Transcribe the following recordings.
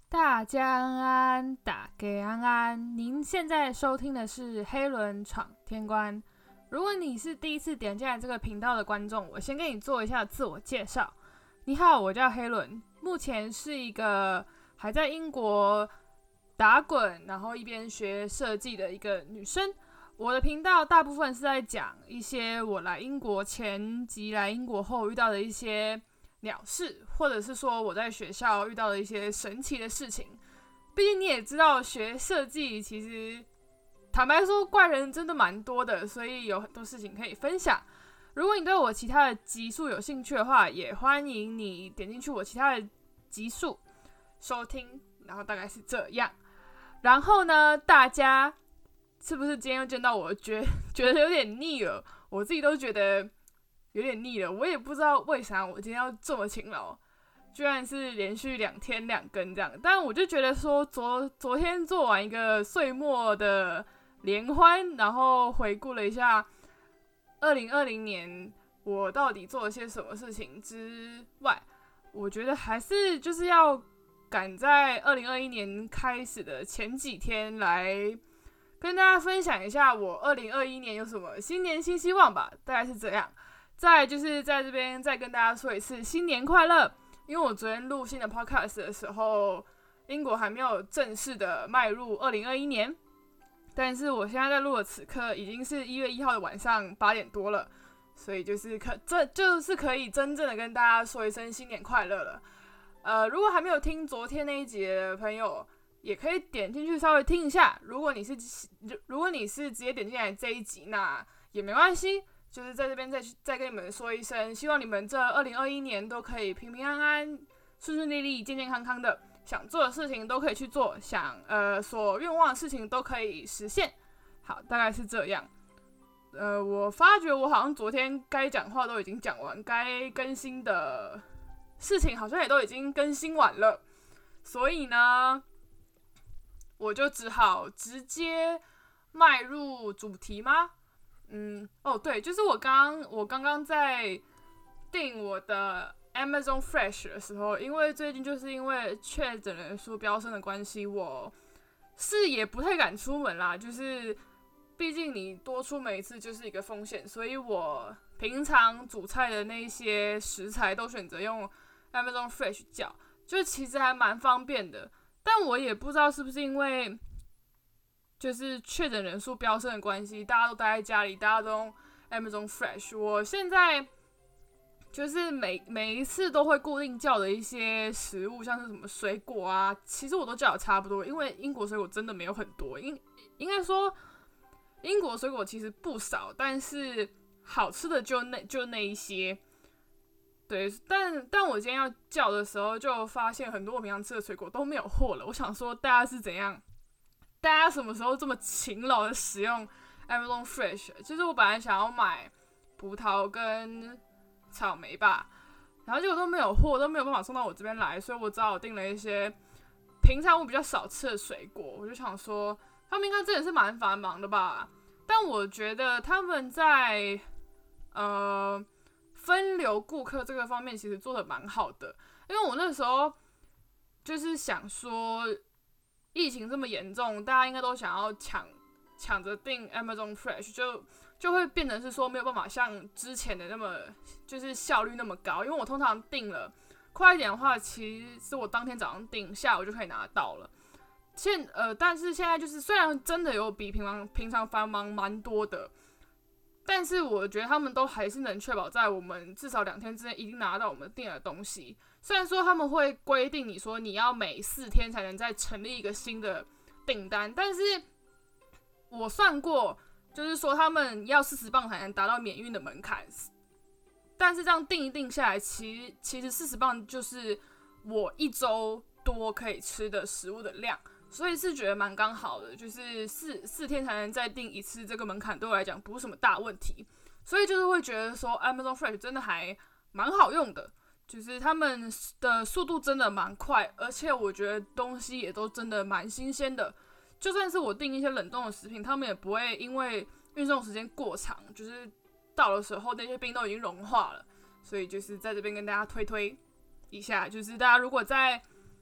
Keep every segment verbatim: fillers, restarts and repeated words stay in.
大家安安，大家安安。您现在收听的是黑轮闯天关。如果你是第一次点进来这个频道的观众，我先跟你做一下自我介绍。你好，我叫黑轮，目前是一个还在英国打滚，然后一边学设计的一个女生。我的频道大部分是在讲一些我来英国前及来英国后遇到的一些鸟事，或者是说我在学校遇到的一些神奇的事情。毕竟你也知道，学设计其实坦白说怪人真的蛮多的，所以有很多事情可以分享。如果你对我其他的集数有兴趣的话，也欢迎你点进去我其他的集数收听，然后大概是这样。然后呢，大家是不是今天又见到我，觉觉得有点腻了？我自己都觉得有点腻了，我也不知道为啥我今天要这么勤劳，居然是连续两天两更这样。但我就觉得说昨昨天做完一个岁末的联欢，然后回顾了一下二零二零年我到底做了些什么事情之外，我觉得还是就是要赶在二零二一年开始的前几天来跟大家分享一下我二零二一年有什么新年新希望吧，大概是这样。再来就是在这边再跟大家说一次新年快乐，因为我昨天录新的 podcast 的时候，英国还没有正式的迈入二零二一年，但是我现在在录的此刻已经是一月一号的晚上八点多了，所以就是可这就是可以真正的跟大家说一声新年快乐了。呃，如果还没有听昨天那一集的朋友，也可以点进去稍微听一下。如果你是如果你是直接点进来这一集，那也没关系，就是在这边再再跟你们说一声，希望你们这二零二一年都可以平平安安、顺顺利利、健健康康的，想做的事情都可以去做，想呃所愿望的事情都可以实现。好，大概是这样。呃，我发觉我好像昨天该讲话都已经讲完，该更新的事情好像也都已经更新完了，所以呢，我就只好直接迈入主题吗？嗯，哦，对，就是我刚我刚刚在订我的 Amazon Fresh 的时候，因为最近就是因为确诊人数飙升的关系，我是也不太敢出门啦，就是毕竟你多出门一次就是一个风险，所以我平常煮菜的那些食材都选择用 Amazon Fresh 叫，就其实还蛮方便的。但我也不知道是不是因为就是确诊人数飙升的关系，大家都待在家里，大家都用 Amazon Fresh。我现在就是每每一次都会固定叫的一些食物，像是什么水果啊，其实我都叫的差不多，因为英国水果真的没有很多，应应该说英国水果其实不少，但是好吃的就那就那一些。对，但但我今天要叫的时候，就发现很多我平常吃的水果都没有货了。我想说，大家是怎样？大家什么时候这么勤劳的使用 Amazon Fresh？ 就是我本来想要买葡萄跟草莓吧，然后结果都没有货，都没有办法送到我这边来，所以我只好订了一些平常我比较少吃的水果。我就想说，他们应该真的是蛮繁忙的吧？但我觉得他们在呃。分流顾客这个方面其实做的蛮好的，因为我那时候就是想说，疫情这么严重，大家应该都想要抢抢着订 Amazon Fresh， 就就会变成是说没有办法像之前的那么就是效率那么高，因为我通常订了快一点的话，其实是我当天早上订，下午就可以拿到了。现呃，但是现在就是虽然真的有比平常平常繁忙蛮多的。但是我觉得他们都还是能确保在我们至少两天之内一定拿到我们订的东西。虽然说他们会规定你说你要每四天才能再成立一个新的订单，但是我算过，就是说他们要四十磅才能达到免运的门槛。但是这样订一订下来，其实其实四十磅就是我一周多可以吃的食物的量。所以是觉得蛮刚好的，就是四四天才能再订一次，这个门槛对我来讲不是什么大问题，所以就是会觉得说 Amazon Fresh 真的还蛮好用的，就是他们的速度真的蛮快，而且我觉得东西也都真的蛮新鲜的，就算是我订一些冷冻的食品，他们也不会因为运送时间过长，就是到的时候那些冰都已经融化了，所以就是在这边跟大家推推一下，就是大家如果在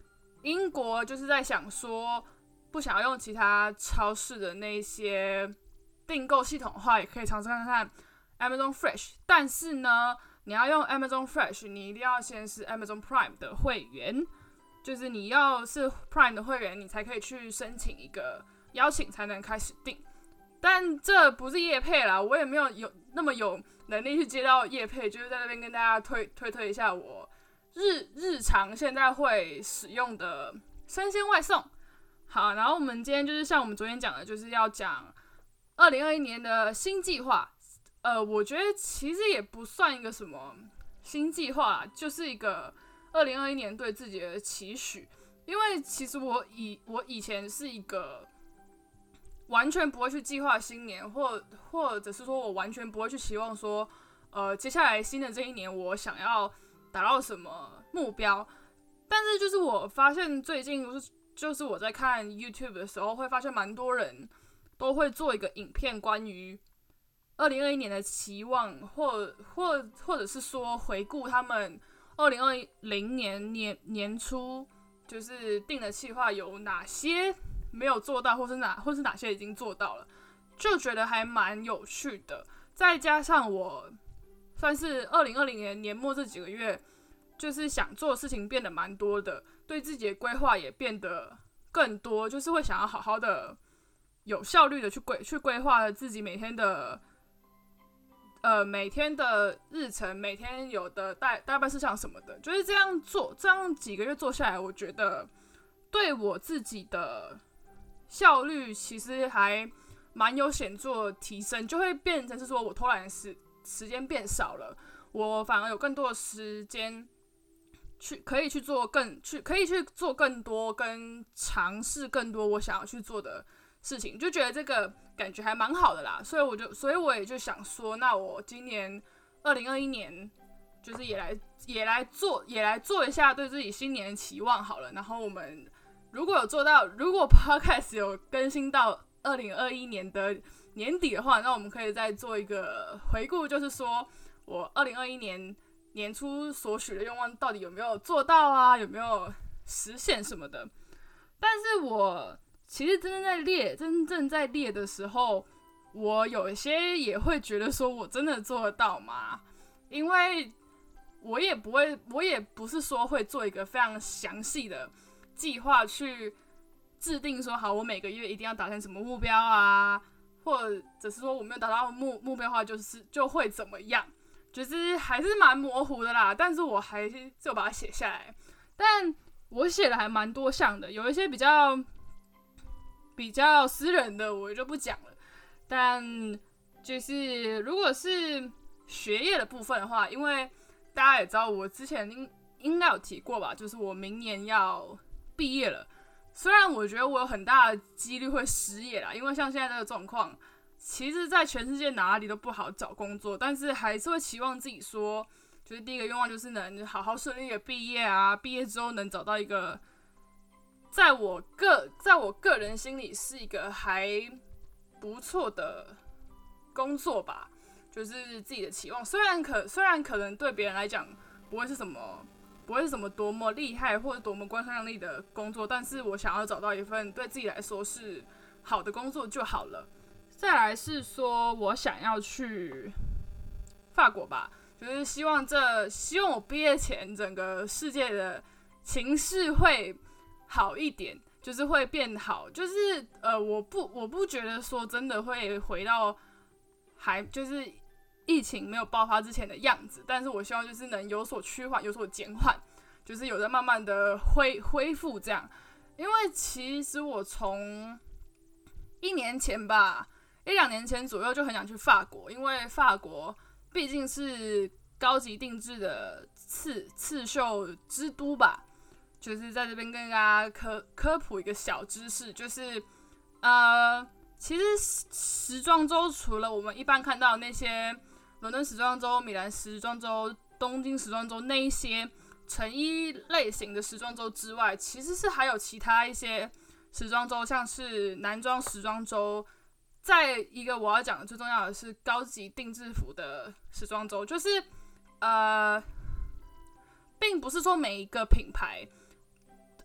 英国就是在想说，不想要用其他超市的那些订购系统的话，也可以尝试看看 Amazon Fresh。但是呢，你要用 Amazon Fresh， 你一定要先是 Amazon Prime 的会员，就是你要是 Prime 的会员，你才可以去申请一个邀请，才能开始订。但这不是业配啦，我也没有有那么有能力去接到业配，就是在那边跟大家推推推一下我日日常现在会使用的生鲜外送。好，然后我们今天就是像我们昨天讲的，就是要讲二零二一年的新计划。呃，我觉得其实也不算一个什么新计划，就是一个二零二一年对自己的期许。因为其实我以我以前是一个完全不会去计划新年，或或者是说我完全不会去期望说，呃，接下来新的这一年我想要达到什么目标。但是就是我发现最近就是我在看 YouTube 的时候，会发现蛮多人都会做一个影片，关于二零二一年的期望，或或或者是说回顾他们二零二零年年年初就是定的计划有哪些没有做到，或是哪或是哪些已经做到了，就觉得还蛮有趣的。再加上我算是二零二零年年末这几个月，就是想做的事情变得蛮多的，对自己的规划也变得更多，就是会想要好好的、有效率的去规去规划自己每天的呃每天的日程，每天有的代代办事项什么的，就是这样做。这样几个月做下来，我觉得对我自己的效率其实还蛮有显著的提升，就会变成是说我偷懒的时时间变少了，我反而有更多的时间去可以去做更去可以去做更多跟尝试更多我想要去做的事情，就觉得这个感觉还蛮好的啦。所以我就所以我也就想说，那我今年二零二一年就是也来也来做也来做一下对自己新年的期望好了。然后我们如果有做到，如果 Podcast 有更新到二零二一年的年底的话，那我们可以再做一个回顾，就是说我二零二一年年初所许的愿望到底有没有做到啊，有没有实现什么的。但是我其实真正在列真正在列的时候，我有一些也会觉得说我真的做得到吗？因为我也不会我也不是说会做一个非常详细的计划去制定说好我每个月一定要达成什么目标啊，或者是说我没有达到 目, 目标的话就是就会怎么样，就是还是蛮模糊的啦。但是我还是就把它写下来，但我写的还蛮多项的，有一些比较比较私人的我就不讲了。但就是如果是学业的部分的话，因为大家也知道我之前应应该有提过吧，就是我明年要毕业了。虽然我觉得我有很大的几率会失业啦，因为像现在这个状况，其实在全世界哪里都不好找工作，但是还是会期望自己说，就是第一个愿望就是能好好顺利的毕业啊，毕业之后能找到一个在我个在我个人心里是一个还不错的工作吧，就是自己的期望。虽然可虽然可能对别人来讲不会是什么。不会是什么多么厉害或者多么光鲜亮丽的工作，但是我想要找到一份对自己来说是好的工作就好了。再来是说我想要去法国吧，就是希望这希望我毕业前整个世界的情势会好一点，就是会变好，就是呃我不我不觉得说真的会回到还就是疫情没有爆发之前的样子，但是我希望就是能有所趋缓，有所减缓，就是有在慢慢的恢恢复这样。因为其实我从一年前吧，一两年前左右就很想去法国，因为法国毕竟是高级定制的刺刺绣之都吧。就是在这边跟大家科科普一个小知识，就是呃，其实时装周除了我们一般看到的那些伦敦时装周、米兰时装周、东京时装周那一些成衣类型的时装周之外，其实是还有其他一些时装周，像是男装时装周。再一个我要讲的最重要的是高级定制服的时装周，就是呃，并不是说每一个品牌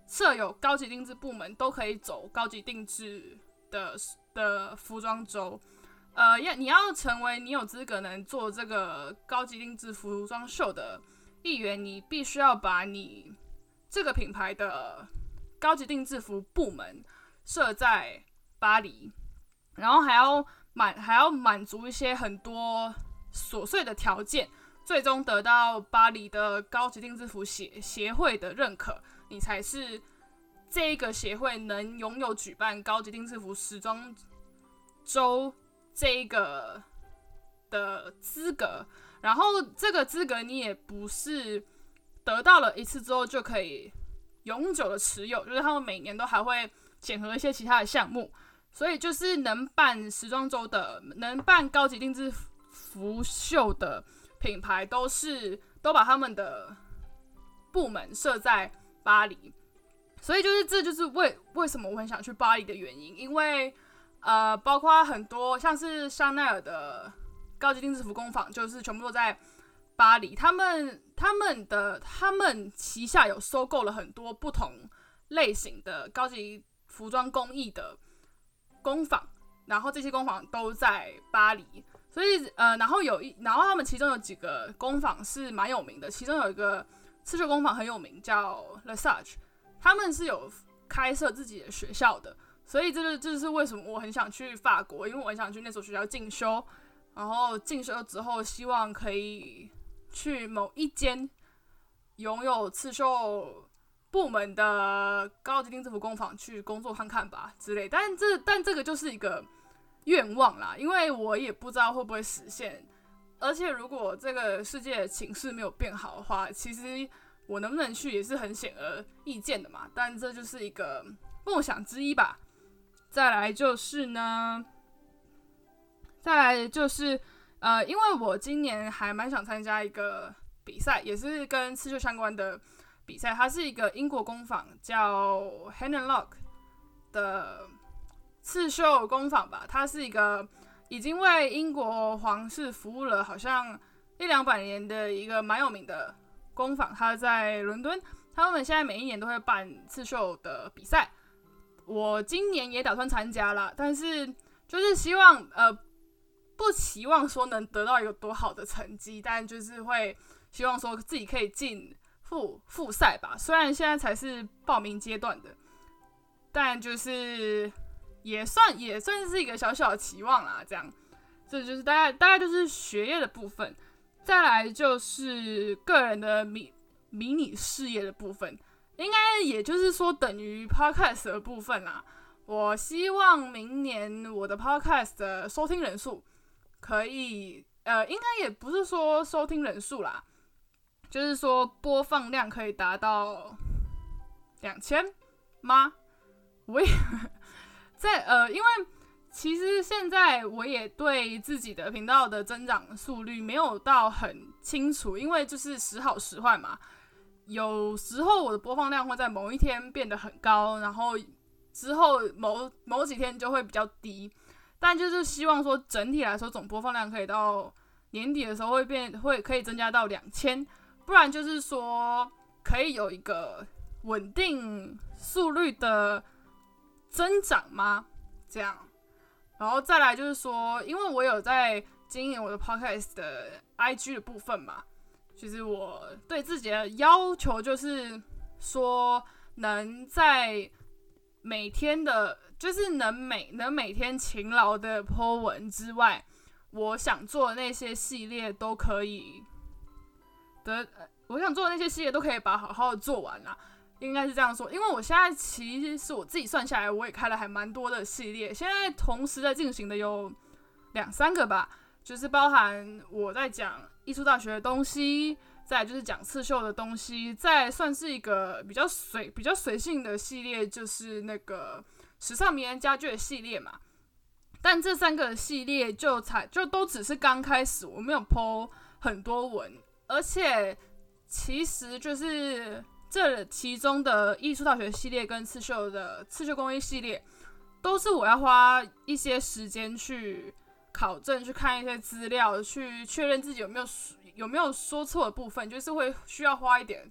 设有高级定制部门都可以走高级定制的的服装周。呃，要你要成为你有资格能做这个高级定制服装秀的一员，你必须要把你这个品牌的高级定制服部门设在巴黎，然后还要满还要满足一些很多琐碎的条件，最终得到巴黎的高级定制服协协会的认可，你才是这个协会能拥有举办高级定制服时装周这一个的资格。然后这个资格你也不是得到了一次之后就可以永久的持有，就是他们每年都还会检核一些其他的项目，所以就是能办时装周的、能办高级定制服秀的品牌，都是都把他们的部门设在巴黎。所以就是这就是为为什么我很想去巴黎的原因，因为呃，包括很多像是香奈儿的高级定制服工坊，就是全部都在巴黎。他们他们的他们旗下有收购了很多不同类型的高级服装工艺的工坊，然后这些工坊都在巴黎。所以呃，然后有一，然后他们其中有几个工坊是蛮有名的，其中有一个刺绣工坊很有名，叫 Lesage， 他们是有开设自己的学校的。所以这就这就是为什么我很想去法国，因为我很想去那所学校进修，然后进修之后希望可以去某一间拥有刺绣部门的高级定制服工坊去工作看看吧之类。但这但这个就是一个愿望啦，因为我也不知道会不会实现。而且如果这个世界的情势没有变好的话，其实我能不能去也是很显而易见的嘛。但这就是一个梦想之一吧。再来就是呢，再来就是呃，因为我今年还蛮想参加一个比赛，也是跟刺绣相关的比赛。它是一个英国工坊叫 Hand and Lock 的刺绣工坊吧。它是一个已经为英国皇室服务了好像一两百年的一个蛮有名的工坊。它在伦敦，他们现在每一年都会办刺绣的比赛。我今年也打算参加啦，但是就是希望呃不期望说能得到一个多好的成绩，但就是会希望说自己可以进复复赛吧。虽然现在才是报名阶段的，但就是也算也算是一个小小的期望啦。这样，这就是大概大概就是学业的部分。再来就是个人的迷迷你事业的部分。应该也就是说等于 podcast 的部分啦。我希望明年我的 podcast 的收听人数可以，呃，应该也不是说收听人数啦，就是说播放量可以达到两千吗？我也在呃，因为其实现在我也对自己的频道的增长速率没有到很清楚，因为就是时好时坏嘛。有时候我的播放量会在某一天变得很高，然后之后某某几天就会比较低。但就是希望说整体来说总播放量可以到年底的时候会变会可以增加到两千，不然就是说可以有一个稳定速率的增长吗？这样，然后再来就是说，因为我有在经营我的 podcast 的 I G 的部分嘛。其实我对自己的要求就是说，能在每天的，就是能每能每天勤劳的 po 文之外，我想做的那些系列都可以的，我想做的那些系列都可以把好好的做完啦。应该是这样说，因为我现在其实我自己算下来，我也开了还蛮多的系列，现在同时在进行的有两三个吧。就是包含我在讲艺术大学的东西，再来就是讲刺绣的东西，再算是一个比较随比较随性的系列，就是那个时尚名人家具的系列嘛。但这三个系列就才就都只是刚开始，我没有 po 很多文，而且其实就是这其中的艺术大学系列跟刺绣的刺绣工艺系列，都是我要花一些时间去考证，去看一些资料，去确认自己有没有有没有说错的部分，就是会需要花一点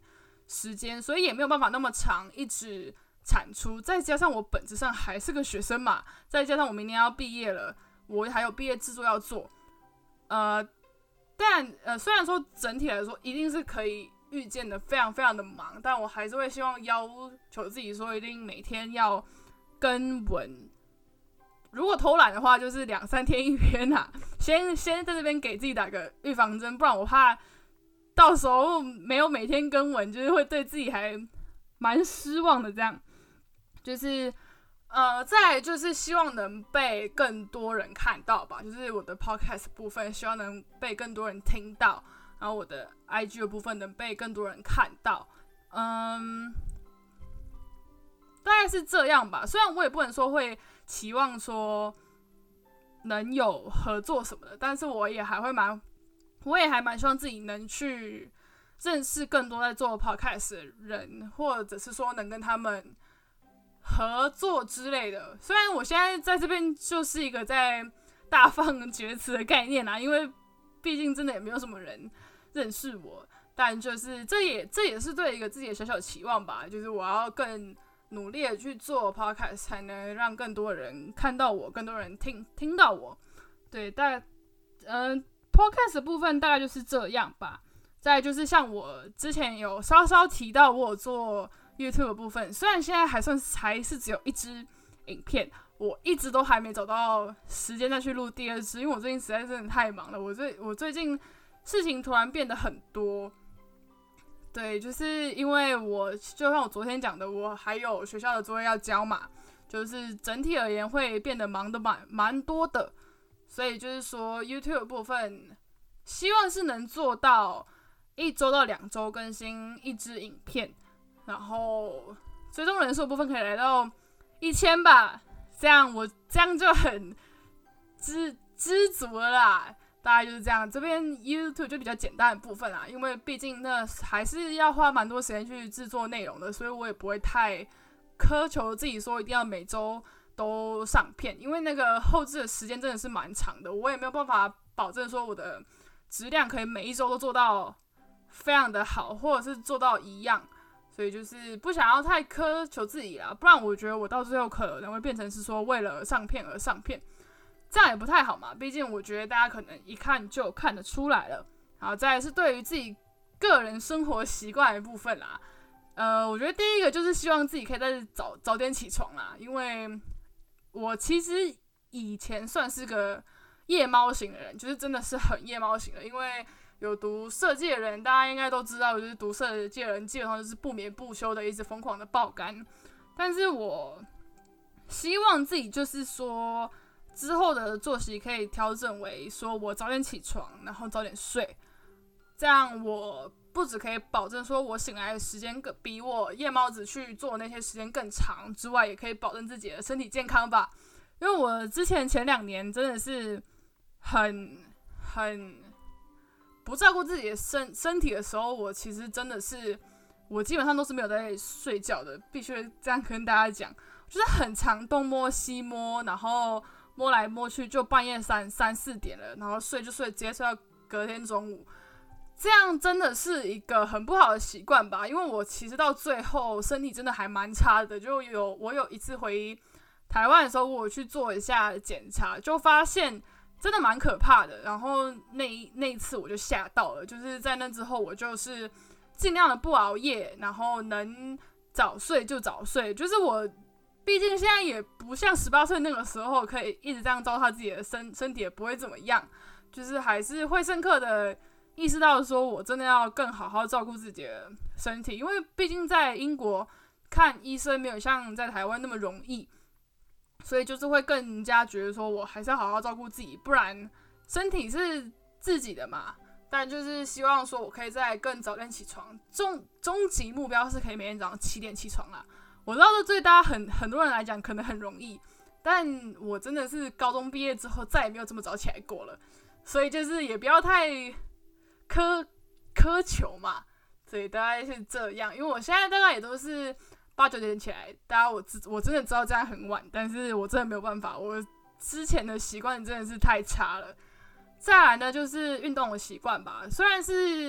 时间，所以也没有办法那么长一直产出。再加上我本质上还是个学生嘛，再加上我明年要毕业了，我还有毕业制作要做，呃，但呃虽然说整体来说一定是可以预见的非常非常的忙，但我还是会希望要求自己说一定每天要更文。如果偷懒的话，就是两三天一篇啊。先先在这边给自己打个预防针，不然我怕到时候没有每天更文，就是会对自己还蛮失望的。这样，就是呃，再来就是希望能被更多人看到吧，就是我的 podcast 部分，希望能被更多人听到，然后我的 I G 的部分能被更多人看到。嗯，大概是这样吧。虽然我也不能说会期望说能有合作什么的，但是我也还会蛮，我也还蛮希望自己能去认识更多在做 podcast 的人，或者是说能跟他们合作之类的。虽然我现在在这边就是一个在大放厥词的概念啦，因为毕竟真的也没有什么人认识我，但就是这也这也是对一个自己的小小期望吧，就是我要更努力的去做 podcast， 才能让更多人看到我，更多人听听到我。对，大概嗯、呃、podcast 的部分大概就是这样吧。再来就是像我之前有稍稍提到，我有做 YouTube 的部分，虽然现在还算还是只有一支影片，我一直都还没找到时间再去录第二支，因为我最近实在真的太忙了。我最我最近事情突然变得很多。对，就是因为我就像我昨天讲的，我还有学校的作业要交嘛，就是整体而言会变得忙的蛮蛮多的，所以就是说 YouTube 的部分，希望是能做到一周到两周更新一支影片，然后追踪人数的部分可以来到一千吧，这样我这样就很知知足了啦。大概就是这样，这边 YouTube 就比较简单的部分啦，因为毕竟那还是要花蛮多时间去制作内容的，所以我也不会太苛求自己说一定要每周都上片，因为那个后置的时间真的是蛮长的，我也没有办法保证说我的质量可以每一周都做到非常的好，或者是做到一样，所以就是不想要太苛求自己啦，不然我觉得我到最后可能会变成是说为了上片而上片。这样也不太好嘛，毕竟我觉得大家可能一看就看得出来了。然后再来是对于自己个人生活习惯的部分啦，呃，我觉得第一个就是希望自己可以再早早点起床啦，因为我其实以前算是个夜猫型的人，就是真的是很夜猫型的，因为有读设计的人，大家应该都知道，就是读设计的人基本上就是不眠不休的一直疯狂的爆肝。但是我希望自己就是说，之后的作息可以调整为说我早点起床，然后早点睡，这样我不只可以保证说我醒来的时间比我夜猫子去做那些时间更长之外，也可以保证自己的身体健康吧。因为我之前前两年真的是很很不照顾自己的身身体的时候，我其实真的是我基本上都是没有在睡觉的，必须这样跟大家讲，就是很常东摸西摸，然后摸来摸去就半夜三三四点了，然后睡就睡，直接睡到隔天中午，这样真的是一个很不好的习惯吧？因为我其实到最后身体真的还蛮差的，就有我有一次回台湾的时候，我去做一下检查，就发现真的蛮可怕的。然后那一那一次我就吓到了，就是在那之后我就是尽量的不熬夜，然后能早睡就早睡，就是我。毕竟现在也不像十八岁那个时候可以一直这样糟蹋自己的身身体，也不会怎么样，就是还是会深刻的意识到说我真的要更好好照顾自己的身体，因为毕竟在英国看医生没有像在台湾那么容易，所以就是会更加觉得说我还是要好好照顾自己，不然身体是自己的嘛。但就是希望说我可以再更早点起床，终终极目标是可以每天早上七点起床啦。我知道这对大家很很多人来讲可能很容易，但我真的是高中毕业之后再也没有这么早起来过了，所以就是也不要太苛苛求嘛，所以大概是这样。因为我现在大概也都是八九点起来，大家我我真的知道这样很晚，但是我真的没有办法，我之前的习惯真的是太差了。再来呢，就是运动的习惯吧，虽然是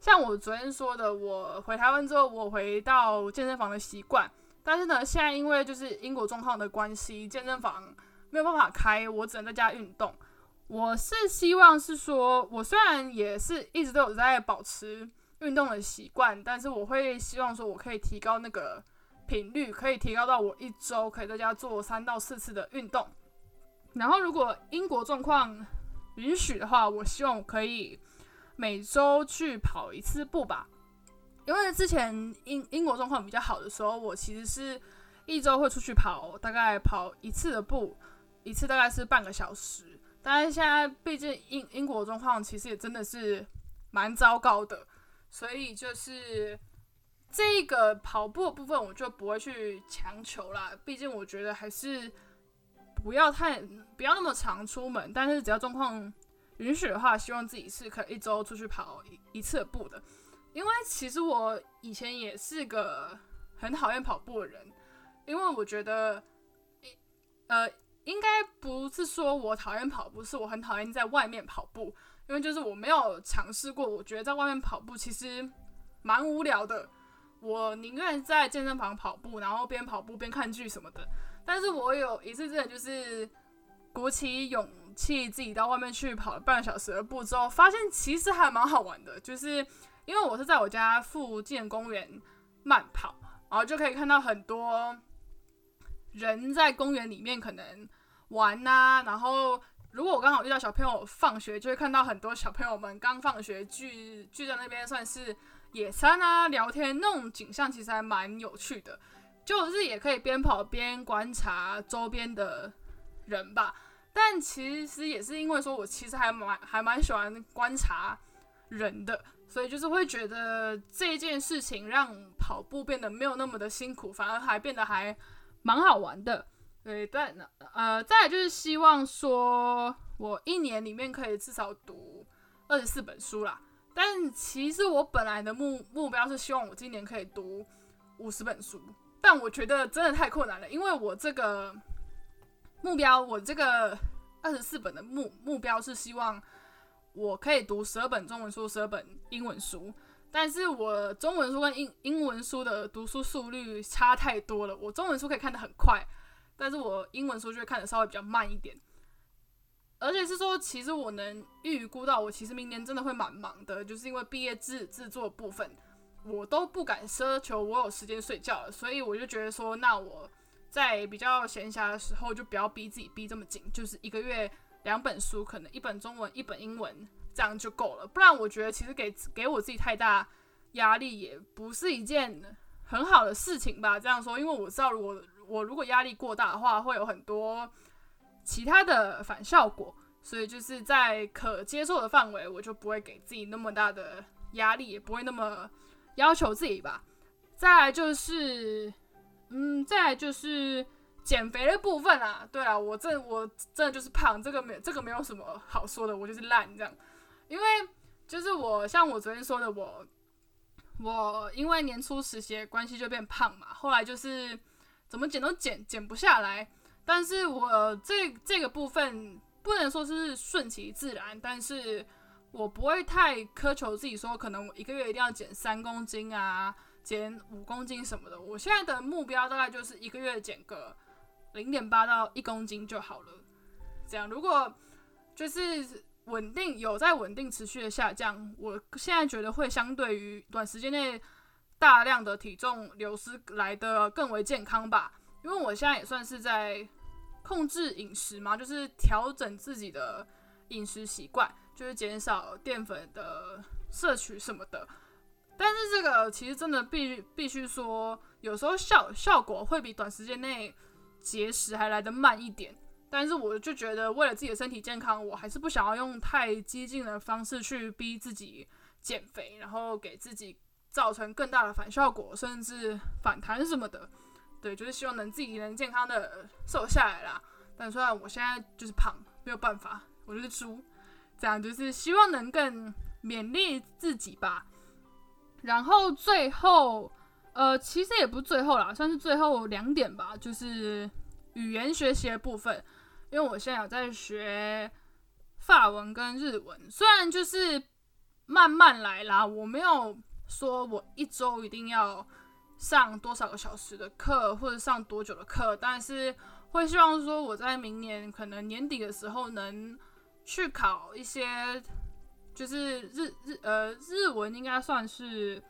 像我昨天说的，我回台湾之后，我回到健身房的习惯，但是呢，现在因为就是英国状况的关系，健身房没有办法开，我只能在家运动。我是希望是说，我虽然也是一直都有在保持运动的习惯，但是我会希望说我可以提高那个频率，可以提高到我一周可以在家做三到四次的运动。然后如果英国状况允许的话，我希望我可以每周去跑一次步吧。因为之前英英国状况比较好的时候，我其实是一周会出去跑，大概跑一次的步，一次大概是半个小时。但是现在毕竟英英国状况其实也真的是蛮糟糕的，所以就是这个跑步的部分我就不会去强求啦。毕竟我觉得还是不要太不要那么常出门，但是只要状况允许的话，希望自己是可以一周出去跑一, 一次的步的。因为其实我以前也是个很讨厌跑步的人，因为我觉得呃应该不是说我讨厌跑步，是我很讨厌在外面跑步。因为就是我没有尝试过，我觉得在外面跑步其实蛮无聊的。我宁愿在健身房跑步，然后边跑步边看剧什么的。但是我有一次真的就是鼓起勇气自己到外面去跑了半个小时的步之后，发现其实还蛮好玩的。就是因为我是在我家附近的公园慢跑，然后就可以看到很多人在公园里面可能玩啊，然后如果我刚好遇到小朋友放学，就会看到很多小朋友们刚放学聚聚在那边，算是野餐啊、聊天那种景象，其实还蛮有趣的。就是也可以边跑边观察周边的人吧。但其实也是因为说我其实还蛮还蛮喜欢观察人的，所以就是会觉得这件事情让跑步变得没有那么的辛苦，反而还变得还蛮好玩的。对，但呃，再来就是希望说我一年里面可以至少读二十四本书啦。但其实我本来的 目, 目标是希望我今年可以读五十本书，但我觉得真的太困难了，因为我这个目标，我这个二十四本的 目, 目标是希望我可以读十二本中文书，十二本英文书。但是我中文书跟 英, 英文书的读书速率差太多了，我中文书可以看得很快，但是我英文书就会看得稍微比较慢一点。而且是说，其实我能预估到，我其实明年真的会蛮忙的，就是因为毕业制制作的部分，我都不敢奢求我有时间睡觉了，所以我就觉得说，那我在比较闲暇的时候，就不要逼自己逼这么紧，就是一个月两本书，可能一本中文，一本英文，这样就够了。不然我觉得其实给给我自己太大压力，也不是一件很好的事情吧。这样说，因为我知道，如果我如果压力过大的话，会有很多其他的反效果，所以就是在可接受的范围，我就不会给自己那么大的压力，也不会那么要求自己吧。再来就是，嗯，再来就是减肥的部分啦。对啦，我真我真的就是胖，这个没这个没有什么好说的，我就是烂这样。因为就是我像我昨天说的，我我因为年初实习的关系就变胖嘛，后来就是怎么减都减减不下来。但是我这这个部分不能说是顺其自然，但是我不会太苛求自己说，可能我一个月一定要减三公斤啊，减五公斤什么的。我现在的目标大概就是一个月减个零点八到一公斤就好了。这样，如果就是稳定有在稳定持续的下降，我现在觉得会相对于短时间内大量的体重流失来的更为健康吧。因为我现在也算是在控制饮食嘛，就是调整自己的饮食习惯，就是减少淀粉的摄取什么的。但是这个其实真的必必须说，有时候效效果会比短时间内节食还来得慢一点。但是我就觉得，为了自己的身体健康，我还是不想要用太激进的方式去逼自己减肥，然后给自己造成更大的反效果，甚至反弹什么的。对，就是希望能自己能健康的瘦下来啦。但虽然我现在就是胖，没有办法，我就是猪，这样就是希望能更勉励自己吧。然后最后，呃，其实也不是最后啦，算是最后两点吧，就是语言学习的部分。因为我现在有在学法文跟日文，虽然就是慢慢来啦，我没有说我一周一定要上多少个小时的课，或者上多久的课，但是会希望说我在明年可能年底的时候能去考一些，就是日日呃日文应该算是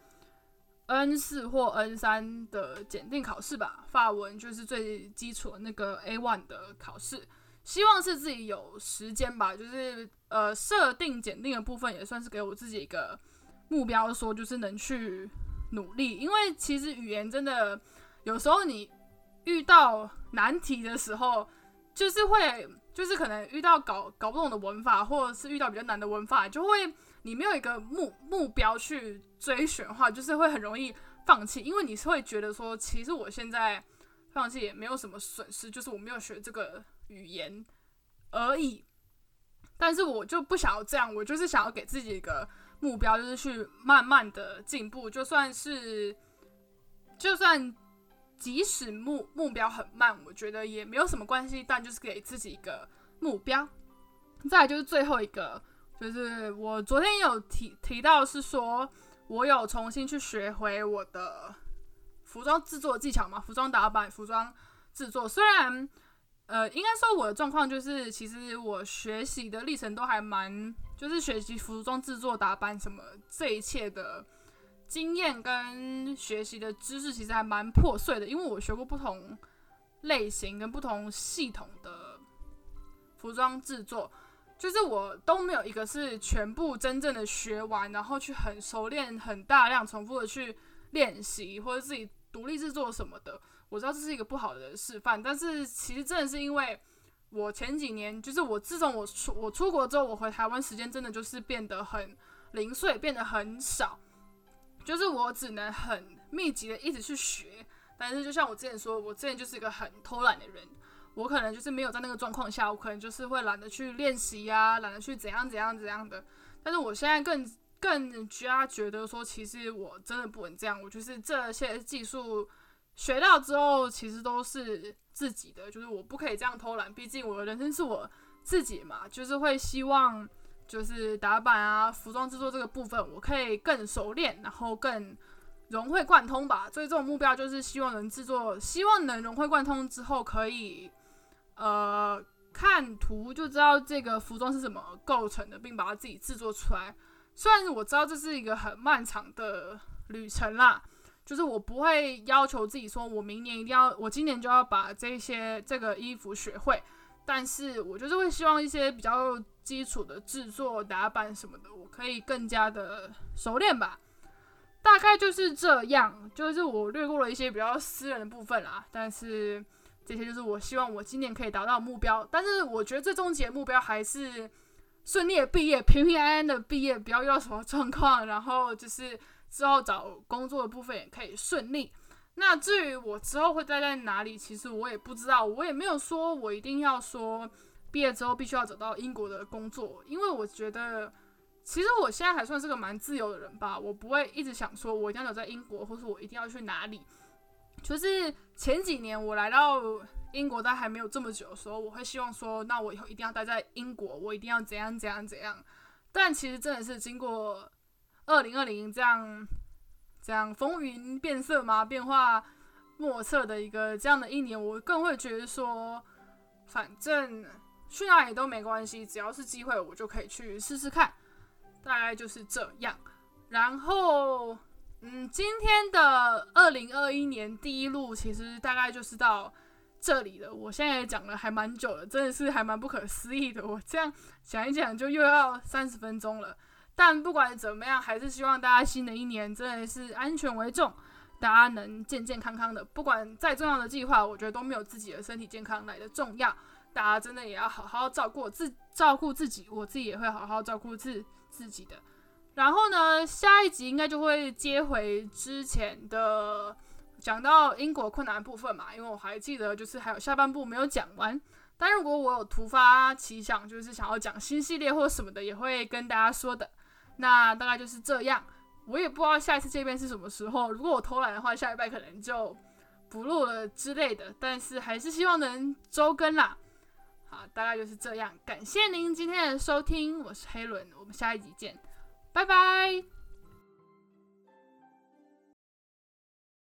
N 四 或 N 三 的检定考试吧，法文就是最基础的那个 A 一 的考试，希望是自己有时间吧，就是呃设定检定的部分也算是给我自己一个目标，说就是能去努力，因为其实语言真的有时候你遇到难题的时候，就是会就是可能遇到搞搞不懂的文法，或者是遇到比较难的文法，就会你没有一个目目标去追寻的话，就是会很容易放弃，因为你是会觉得说，其实我现在放弃也没有什么损失，就是我没有学这个语言而已。但是我就不想要这样，我就是想要给自己一个目标，就是去慢慢的进步，就算是就算即使目目标很慢，我觉得也没有什么关系，但就是给自己一个目标。再来就是最后一个，就是我昨天有 提, 提到是说，我有重新去学回我的服装制作技巧嘛，服装打版、服装制作。虽然呃，应该说我的状况就是，其实我学习的历程都还蛮，就是学习服装制作、打版什么这一切的经验跟学习的知识，其实还蛮破碎的，因为我学过不同类型跟不同系统的服装制作，就是我都没有一个是全部真正的学完，然后去很熟练、很大量重复的去练习，或者自己独立制作什么的。我知道这是一个不好的示范，但是其实真的是因为我前几年，就是我自从我出我出国之后，我回台湾时间真的就是变得很零碎，变得很少，就是我只能很密集的一直去学。但是就像我之前说，我之前就是一个很偷懒的人，我可能就是没有在那个状况下，我可能就是会懒得去练习啊，懒得去怎样怎样怎样的。但是我现在更更加觉得说，其实我真的不能这样，我就是这些技术学到之后，其实都是自己的，就是我不可以这样偷懒，毕竟我的人生是我自己嘛，就是会希望就是打版啊、服装制作这个部分，我可以更熟练，然后更融会贯通吧。所以这种目标就是希望能制作，希望能融会贯通之后，可以呃看图就知道这个服装是怎么构成的，并把它自己制作出来。虽然我知道这是一个很漫长的旅程啦。就是我不会要求自己说，我明年一定要，我今年就要把这些这个衣服学会，但是我就是会希望一些比较基础的制作、打版什么的，我可以更加的熟练吧。大概就是这样，就是我略过了一些比较私人的部分啦，但是这些就是我希望我今年可以达到的目标。但是我觉得最终极的目标还是顺利的毕业，平平安安的毕业，不要遇到什么状况，然后就是之后找工作的部分也可以顺利。那至于我之后会待在哪里，其实我也不知道，我也没有说我一定要说毕业之后必须要找到英国的工作，因为我觉得其实我现在还算是个蛮自由的人吧，我不会一直想说我一定要留在英国，或是我一定要去哪里。就是前几年我来到英国但还没有这么久的时候，我会希望说，那我以后一定要待在英国，我一定要怎样怎样怎样。但其实真的是经过二零二零这样这样风云变色嘛，变化莫测的一个这样的一年，我更会觉得说，反正去哪里都没关系，只要是机会我就可以去试试看，大概就是这样。然后嗯，今天的二零二一年第一路其实大概就是到这里了，我现在也讲了还蛮久了，真的是还蛮不可思议的，我这样讲一讲就又要三十分钟了。但不管怎么样，还是希望大家新的一年真的是安全为重，大家能健健康康的，不管再重要的计划，我觉得都没有自己的身体健康来的重要。大家真的也要好好照顾自照顾自己，我自己也会好好照顾自自己的。然后呢，下一集应该就会接回之前的讲到英国困难的部分嘛，因为我还记得就是还有下半部没有讲完。但如果我有突发奇想，就是想要讲新系列或什么的，也会跟大家说的。那大概就是这样，我也不知道下一次见面是什么时候。如果我偷懒的话，下礼拜可能就不录了之类的，但是还是希望能周更啦。好，大概就是这样。感谢您今天的收听，我是黑伦，我们下一集见， 拜拜。